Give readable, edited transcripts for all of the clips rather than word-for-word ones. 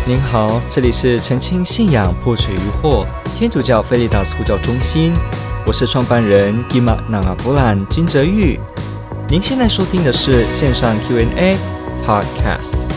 您好，这里是澄清信仰破除疑惑天主教菲利达斯呼叫中心，我是创办人 Gima Nangavulan 金哲玉。您现在收听的是线上 Q&A Podcast。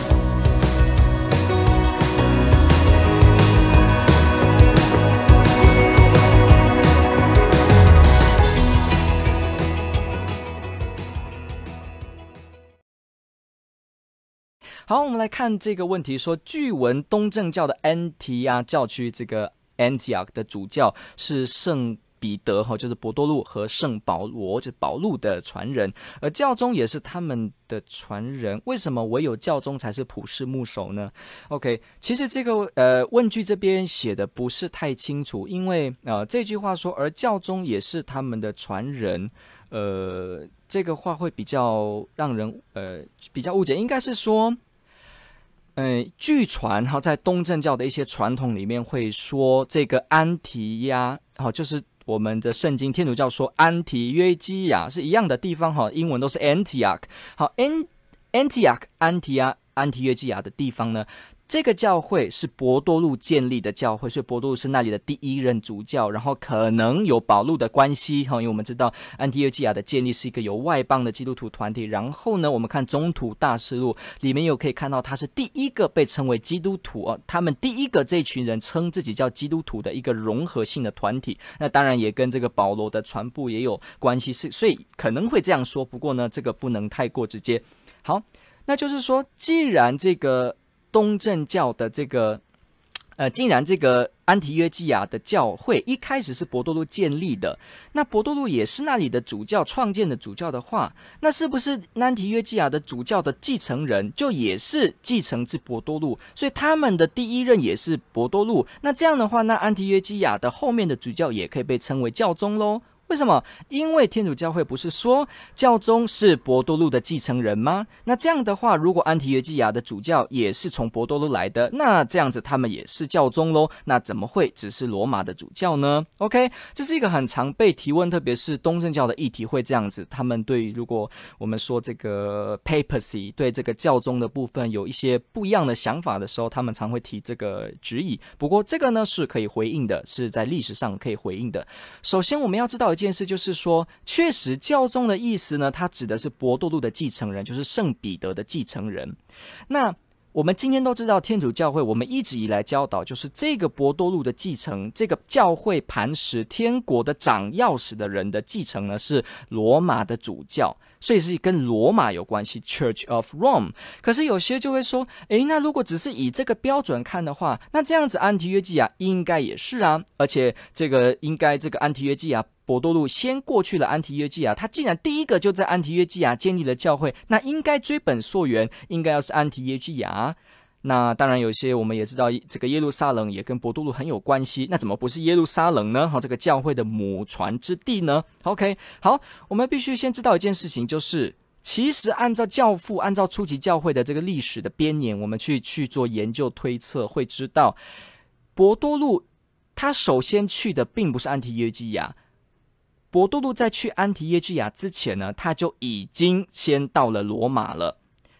好，我们来看这个问题，说据闻东正教的安提阿教区这个 Antioch 的主教是圣彼得，就是伯多禄和圣保罗，就是保禄的传人，而教宗也是他们的传人。为什么唯有教宗才是普世牧首呢 ？OK， 其实这个问句这边写的不是太清楚，因为这句话说而教宗也是他们的传人，这个话会比较让人比较误解，应该是说。据传在东正教的一些传统里面会说，这个安提亚就是我们的圣经天主教说安提约基亚是一样的地方英文都是 Antioch。好 ，Antioch 安提约基亚的地方呢？这个教会是伯多禄建立的教会，所以伯多禄是那里的第一任主教，然后可能有保禄的关系，因为我们知道安提约基亚的建立是一个由外邦的基督徒团体，然后呢，我们看中土大事录里面又可以看到他是第一个被称为基督徒他们第一个这群人称自己叫基督徒的一个融合性的团体，那当然也跟这个保罗的传播也有关系，所以可能会这样说，不过呢，这个不能太过直接。好，那就是说，既然这个东正教的这个既然这个安提约基亚的教会一开始是伯多禄建立的，那伯多禄也是那里的主教创建的主教的话，那是不是安提约基亚的主教的继承人就也是继承自伯多禄，所以他们的第一任也是伯多禄，那这样的话，那安提约基亚的后面的主教也可以被称为教宗咯。为什么？因为天主教会不是说教宗是伯多禄的继承人吗？那这样的话，如果安提约基亚的主教也是从伯多禄来的，那这样子他们也是教宗咯，那怎么会只是罗马的主教呢 ？OK， 这是一个很常被提问，特别是东正教的议题会这样子，他们对于如果我们说这个 papacy 对这个教宗的部分有一些不一样的想法的时候，他们常会提这个质疑。不过这个呢是可以回应的，是在历史上可以回应的。首先我们要知道一件事，就是说确实教宗的意思呢，它指的是伯多禄的继承人，就是圣彼得的继承人。那我们今天都知道天主教会我们一直以来教导，就是这个伯多禄的继承，这个教会磐石天国的掌钥匙的人的继承呢，是罗马的主教，所以是跟罗马有关系 Church of Rome。 可是有些就会说，那如果只是以这个标准看的话，那这样子安提约基亚应该也是啊，而且这个安提约基亚伯多禄先过去了安提约基亚，他既然第一个就在安提约基亚建立了教会，那应该追本溯源，应该要是安提约基亚。那当然有些我们也知道这个耶路撒冷也跟伯多禄很有关系，那怎么不是耶路撒冷呢？这个教会的母传之地呢 OK， 好，我们必须先知道一件事情，就是其实按照教父按照初级教会的这个历史的编年，我们去做研究推测，会知道伯多禄他首先去的并不是安提约基亚，伯多禄在去安提约基亚之前呢，他就已经先到了罗马了，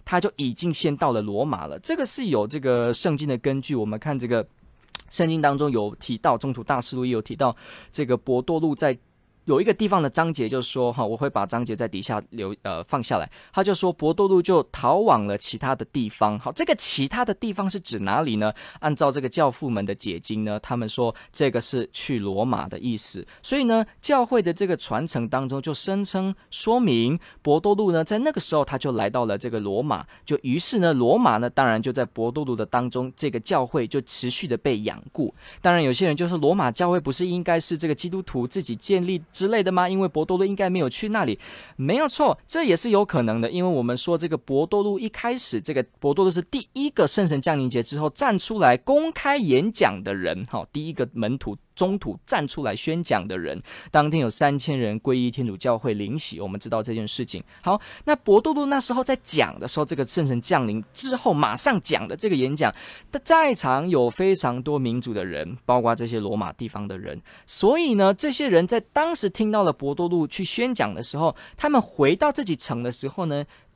这个是有这个圣经的根据。我们看这个圣经当中有提到，中土大事录也有提到，这个伯多禄在有一个地方的章节就说我会把章节在底下放下来，他就说伯多禄就逃往了其他的地方。好，这个其他的地方是指哪里呢？按照这个教父们的解经呢，他们说这个是去罗马的意思。所以呢，教会的这个传承当中就声称说明伯多禄呢在那个时候他就来到了这个罗马，就于是呢罗马呢当然就在伯多禄的当中，这个教会就持续的被养固。当然有些人就说罗马教会不是应该是这个基督徒自己建立之类的吗？因为伯多禄应该没有去那里。没有错，这也是有可能的，因为我们说这个伯多禄一开始，这个伯多禄是第一个圣神降临节之后站出来公开演讲的人，第一个门徒中途站出来宣讲的人，当天有3000人皈依天主教会领洗，我们知道这件事情。好，那伯多禄那时候在讲的时候，这个圣神降临之后马上讲的这个演讲，在场有非常多民族的人，包括这些罗马地方的人，所以呢这些人在当时听到了伯多禄去宣讲的时候，他们回到自己城的时候呢，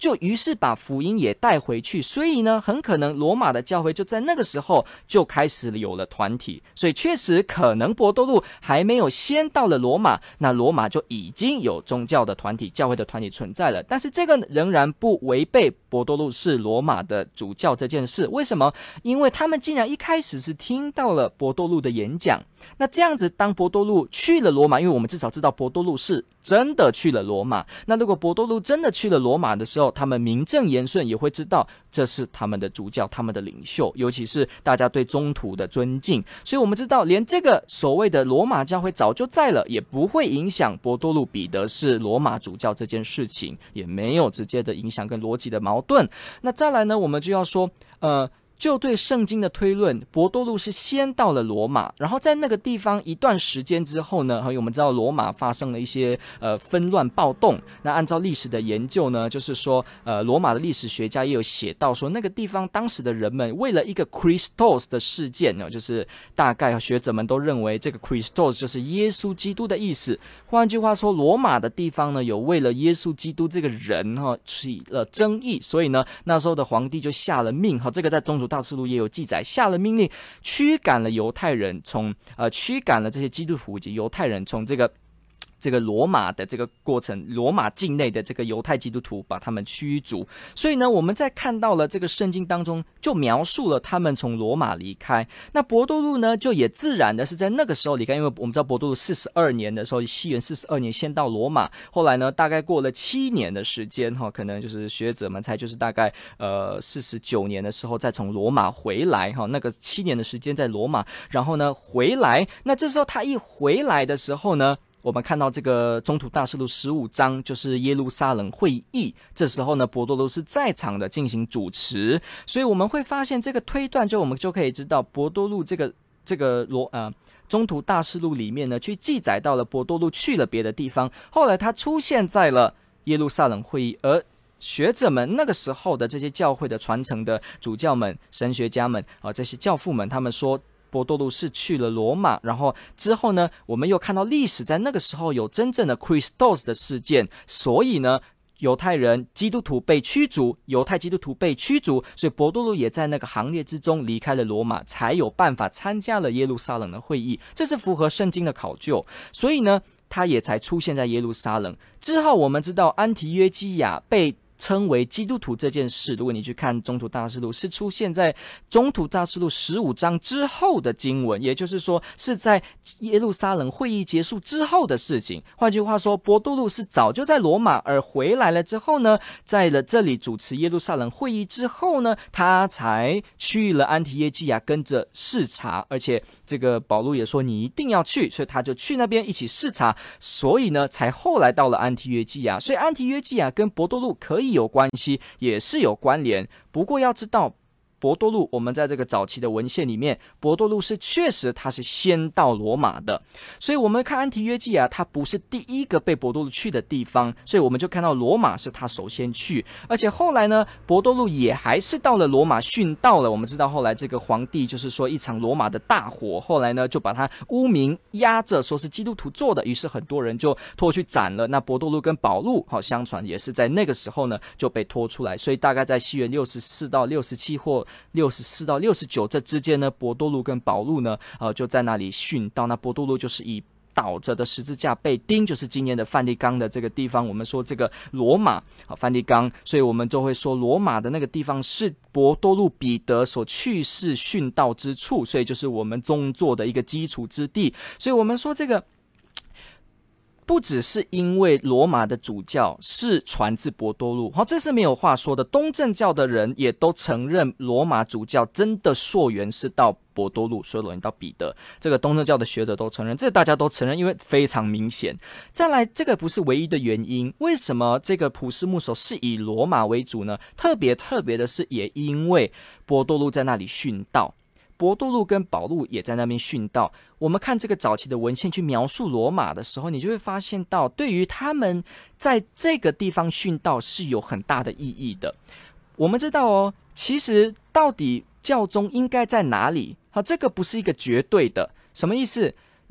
就于是把福音也带回去，所以呢，很可能罗马的教会就在那个时候就开始有了团体。所以确实可能伯多禄还没有先到了罗马，那罗马就已经有宗教的团体、教会的团体存在了。但是这个仍然不违背伯多禄是罗马的主教这件事。为什么？因为他们竟然一开始是听到了伯多禄的演讲。那这样子，当伯多禄去了罗马，因为我们至少知道伯多禄是真的去了罗马。那如果伯多禄真的去了罗马的时候，他们名正言顺也会知道这是他们的主教、他们的领袖，尤其是大家对宗徒的尊敬。所以我们知道，连这个所谓的罗马教会早就在了，也不会影响伯多禄彼得是罗马主教这件事情，也没有直接的影响跟逻辑的矛盾。那再来呢，我们就要说，就对圣经的推论，伯多禄是先到了罗马，然后在那个地方一段时间之后呢，我们知道罗马发生了一些纷乱暴动。那按照历史的研究呢，就是说罗马的历史学家也有写到说，那个地方当时的人们为了一个 Christos 的事件呢，就是大概学者们都认为这个 Christos 就是耶稣基督的意思。换句话说，罗马的地方呢有为了耶稣基督这个人起了争议，所以呢那时候的皇帝就下了命，这个在宗主大事录也有记载，下了命令驱赶了犹太人，驱赶了这些基督徒以及犹太人从这个罗马的这个过程，罗马境内的这个犹太基督徒把他们驱逐。所以呢，我们在看到了这个圣经当中就描述了他们从罗马离开。那伯多禄呢，就也自然的是在那个时候离开，因为我们知道伯多禄42年的时候，西元42年先到罗马，后来呢，大概过了7年的时间可能就是学者们猜就是大概49年的时候再从罗马回来那个7年的时间在罗马，然后呢回来。那这时候他一回来的时候呢，我们看到这个宗徒大事录15章就是耶路撒冷会议，这时候呢伯多禄是在场的进行主持，所以我们会发现这个推断，我们就可以知道伯多禄这个宗徒大事录里面呢，去记载到了伯多禄去了别的地方，后来他出现在了耶路撒冷会议，而学者们那个时候的这些教会的传承的主教们、神学家们这些教父们，他们说伯多禄是去了罗马，然后之后呢，我们又看到历史在那个时候有真正的 Christos 的事件，所以呢，犹太人基督徒被驱逐，犹太基督徒被驱逐，所以伯多禄也在那个行列之中离开了罗马，才有办法参加了耶路撒冷的会议，这是符合圣经的考究，所以呢，他也才出现在耶路撒冷。之后我们知道安提约基亚被称为基督徒这件事，如果你去看宗徒大事录，是出现在宗徒大事录15章之后的经文，也就是说是在耶路撒冷会议结束之后的事情。换句话说，伯多禄是早就在罗马，而回来了之后呢，在了这里主持耶路撒冷会议之后呢，他才去了安提约基亚跟着视察，而且这个保禄也说你一定要去，所以他就去那边一起视察，所以呢才后来到了安提约基亚。所以安提约基亚跟伯多禄可以有关系，也是有关联。不过要知道，伯多禄我们在这个早期的文献里面，伯多禄是确实他是先到罗马的，所以我们看安提约基亚，他不是第一个被伯多禄去的地方，所以我们就看到罗马是他首先去，而且后来呢，伯多禄也还是到了罗马殉道了。我们知道后来这个皇帝就是说一场罗马的大火，后来呢就把他污名压着说是基督徒做的，于是很多人就拖去斩了。那伯多禄跟保禄相传也是在那个时候呢就被拖出来，所以大概在西元64到67或64到69这之间呢，伯多禄跟保禄呢就在那里殉道。那伯多禄就是以倒着的十字架被钉，就是今年的梵蒂冈的这个地方，我们说这个罗马梵蒂冈，所以我们就会说罗马的那个地方是伯多禄彼得所去世殉道之处，所以就是我们宗座的一个基础之地。所以我们说这个不只是因为罗马的主教是传自伯多禄，这是没有话说的。东正教的人也都承认罗马主教真的溯源是到伯多禄，所以到彼得，这个东正教的学者都承认，这个大家都承认，因为非常明显。再来，这个不是唯一的原因，为什么这个普世牧首是以罗马为主呢？特别的是，也因为伯多禄在那里殉道。伯多禄跟保禄也在那边殉道。我们看这个早期的文献去描述罗马的时候，你就会发现到，对于他们在这个地方殉道是有很大的意义的。我们知道其实到底教宗应该在哪里？这个不是一个绝对的。什么意思？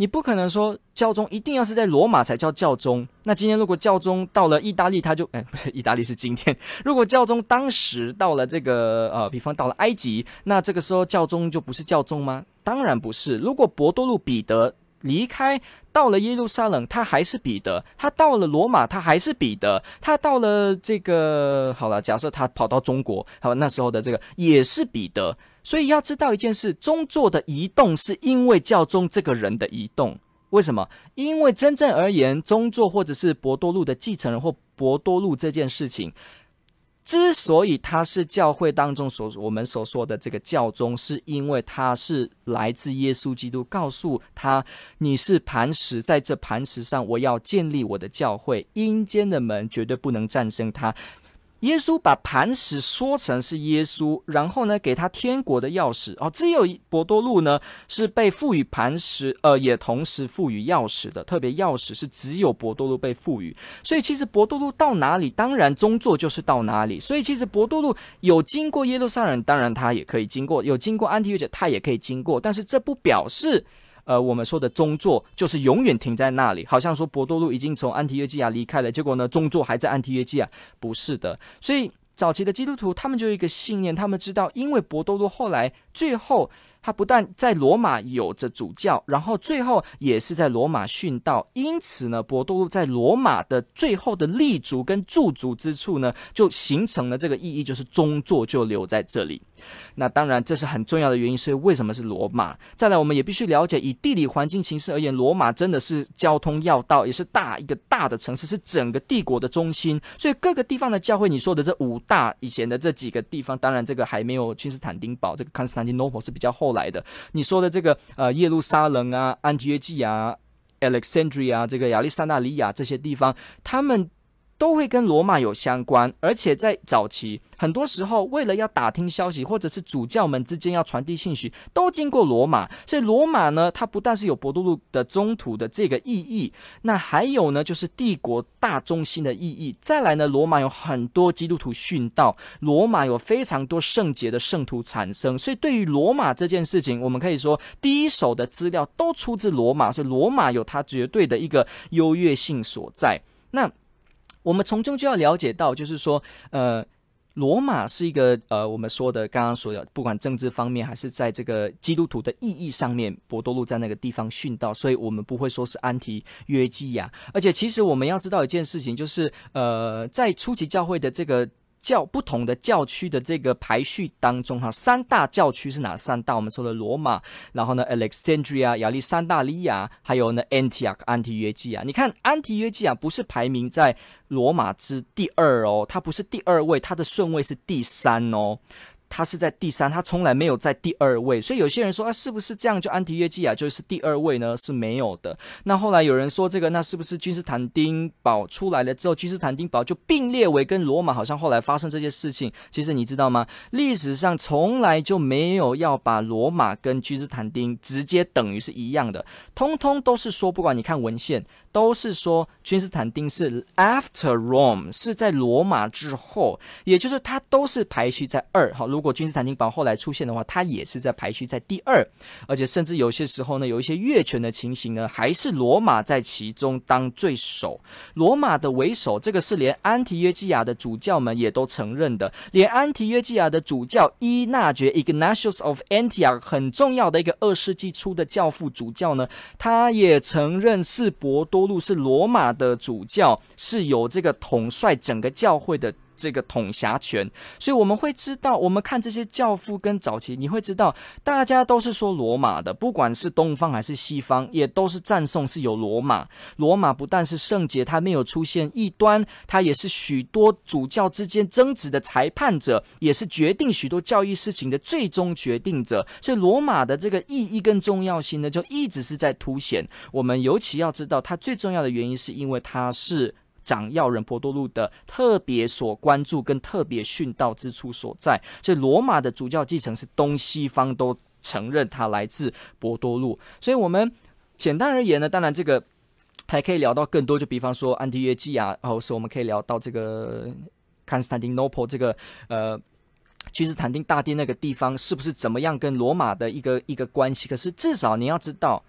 你不可能说教宗一定要是在罗马才叫教宗。那今天如果教宗到了意大利，他就不是意大利是今天。如果教宗当时到了这个比方到了埃及，那这个时候教宗就不是教宗吗？当然不是。如果伯多禄彼得离开到了耶路撒冷，他还是彼得；他到了罗马，他还是彼得；他到了这个好了，假设他跑到中国，好，那时候的这个也是彼得。所以要知道一件事，宗座的移动是因为教宗这个人的移动。为什么？因为真正而言，宗座或者是伯多禄的继承人或伯多禄这件事情，之所以他是教会当中我们所说的这个教宗，是因为他是来自耶稣基督，告诉他你是磐石，在这磐石上我要建立我的教会，阴间的门绝对不能战胜他。耶稣把磐石说成是耶稣，然后呢，给他天国的钥匙。只有伯多禄呢是被赋予磐石，也同时赋予钥匙的。特别钥匙是只有伯多禄被赋予，所以其实伯多禄到哪里，当然宗座就是到哪里。所以其实伯多禄有经过耶路撒冷，当然他也可以经过；有经过安提约基亚，他也可以经过。但是这不表示我们说的宗座就是永远停在那里，好像说伯多禄已经从安提约基亚离开了，结果呢宗座还在安提约基亚，不是的。所以早期的基督徒他们就有一个信念，他们知道因为伯多禄后来最后他不但在罗马有着主教，然后最后也是在罗马殉道，因此呢伯多禄在罗马的最后的立足跟驻足之处呢，就形成了这个意义，就是宗座就留在这里。那当然这是很重要的原因，所以为什么是罗马？再来我们也必须了解，以地理环境形势而言，罗马真的是交通要道，也是一个大的城市，是整个帝国的中心。所以各个地方的教会，你说的这五大以前的这几个地方，当然这个还没有君士坦丁堡，这个 Constantinople 是比较后来的。你说的这个耶路撒冷啊、安提约基亚、Alexandria 这个亚历山大里亚这些地方，他们都会跟罗马有相关，而且在早期很多时候为了要打听消息，或者是主教们之间要传递信息，都经过罗马。所以罗马呢，它不但是有伯多禄的宗徒的这个意义，那还有呢就是帝国大中心的意义。再来呢，罗马有很多基督徒殉道，罗马有非常多圣洁的圣徒产生，所以对于罗马这件事情，我们可以说第一手的资料都出自罗马，所以罗马有它绝对的一个优越性所在。那我们从中就要了解到，就是说罗马是一个我们说的刚刚说的，不管政治方面还是在这个基督徒的意义上面，伯多禄在那个地方殉道，所以我们不会说是安提约基亚。而且其实我们要知道一件事情，就是在初期教会的这个不同的教区的这个排序当中三大教区是哪三大？我们说的罗马，然后呢 Alexandria 亚历山大利亚，还有呢 Antioch 安提约基亚。你看安提约基亚不是排名在罗马之第二哦，它不是第二位，它的顺位是第三哦。他是在第三，他从来没有在第二位，所以有些人说是不是这样就安提约基亚就是第二位呢？是没有的。那后来有人说这个，那是不是君士坦丁堡出来了之后，君士坦丁堡就并列为跟罗马好像后来发生这些事情？其实你知道吗？历史上从来就没有要把罗马跟君士坦丁直接等于是一样的，通通都是说，不管你看文献，都是说君士坦丁是 after Rome， 是在罗马之后，也就是他都是排序在二。好，如果君士坦丁堡后来出现的话，他也是在排序在第二，而且甚至有些时候呢，有一些越权的情形呢，还是罗马在其中当最首。罗马的为首，这个是连安提约基亚的主教们也都承认的，连安提约基亚的主教伊纳爵 Ignatius of Antioch 很重要的一个2世纪初的教父主教呢，他也承认是伯多禄是罗马的主教，是有这个统帅整个教会的这个统辖权。所以我们会知道，我们看这些教父跟早期，你会知道大家都是说罗马的，不管是东方还是西方，也都是赞颂是有罗马。罗马不但是圣洁，它没有出现异端，它也是许多主教之间争执的裁判者，也是决定许多教义事情的最终决定者。所以罗马的这个意义跟重要性呢，就一直是在凸显。我们尤其要知道它最重要的原因，是因为它是长要人伯多禄的特别所关注跟特别殉道之处所在。所以罗马的主教继承是东西方都承认它来自伯多禄。所以我们简单而言呢，当然这个还可以聊到更多，就比方说安提约基亚，或是我们可以聊到这个 Constantinople 这个君士坦丁大帝那个地方是不是怎么样跟罗马的一个关系。可是至少你要知道，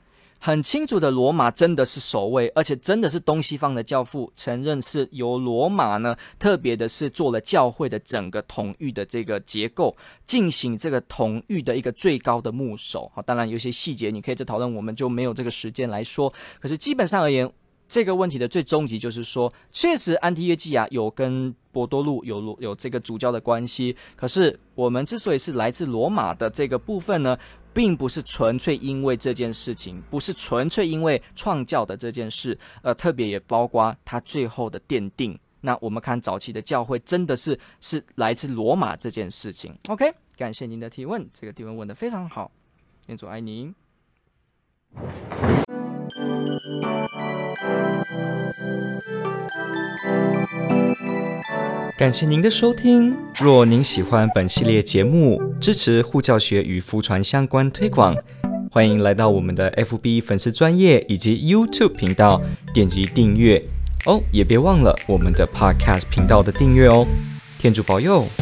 很清楚的罗马真的是首位，而且真的是东西方的教父，承认是由罗马呢，特别的是做了教会的整个统御的这个结构，进行这个统御的一个最高的牧首。当然有些细节你可以再讨论，我们就没有这个时间来说。可是基本上而言，这个问题的最终极就是说，确实安提约基亚有跟伯多禄有这个主教的关系，可是我们之所以是来自罗马的这个部分呢，并不是纯粹因为这件事情，不是纯粹因为创教的这件事，特别也包括他最后的奠定。那我们看早期的教会真的是来自罗马这件事情。 OK， 感谢您的提问，这个提问问得非常好，愿主爱您。 感谢您的收听。若您喜欢本系列节目，支持护教学与福传相关推广，欢迎来到我们的 FB 粉丝专页以及 YouTube 频道，点击订阅哦，也别忘了我们的 Podcast 频道的订阅哦。天主保佑。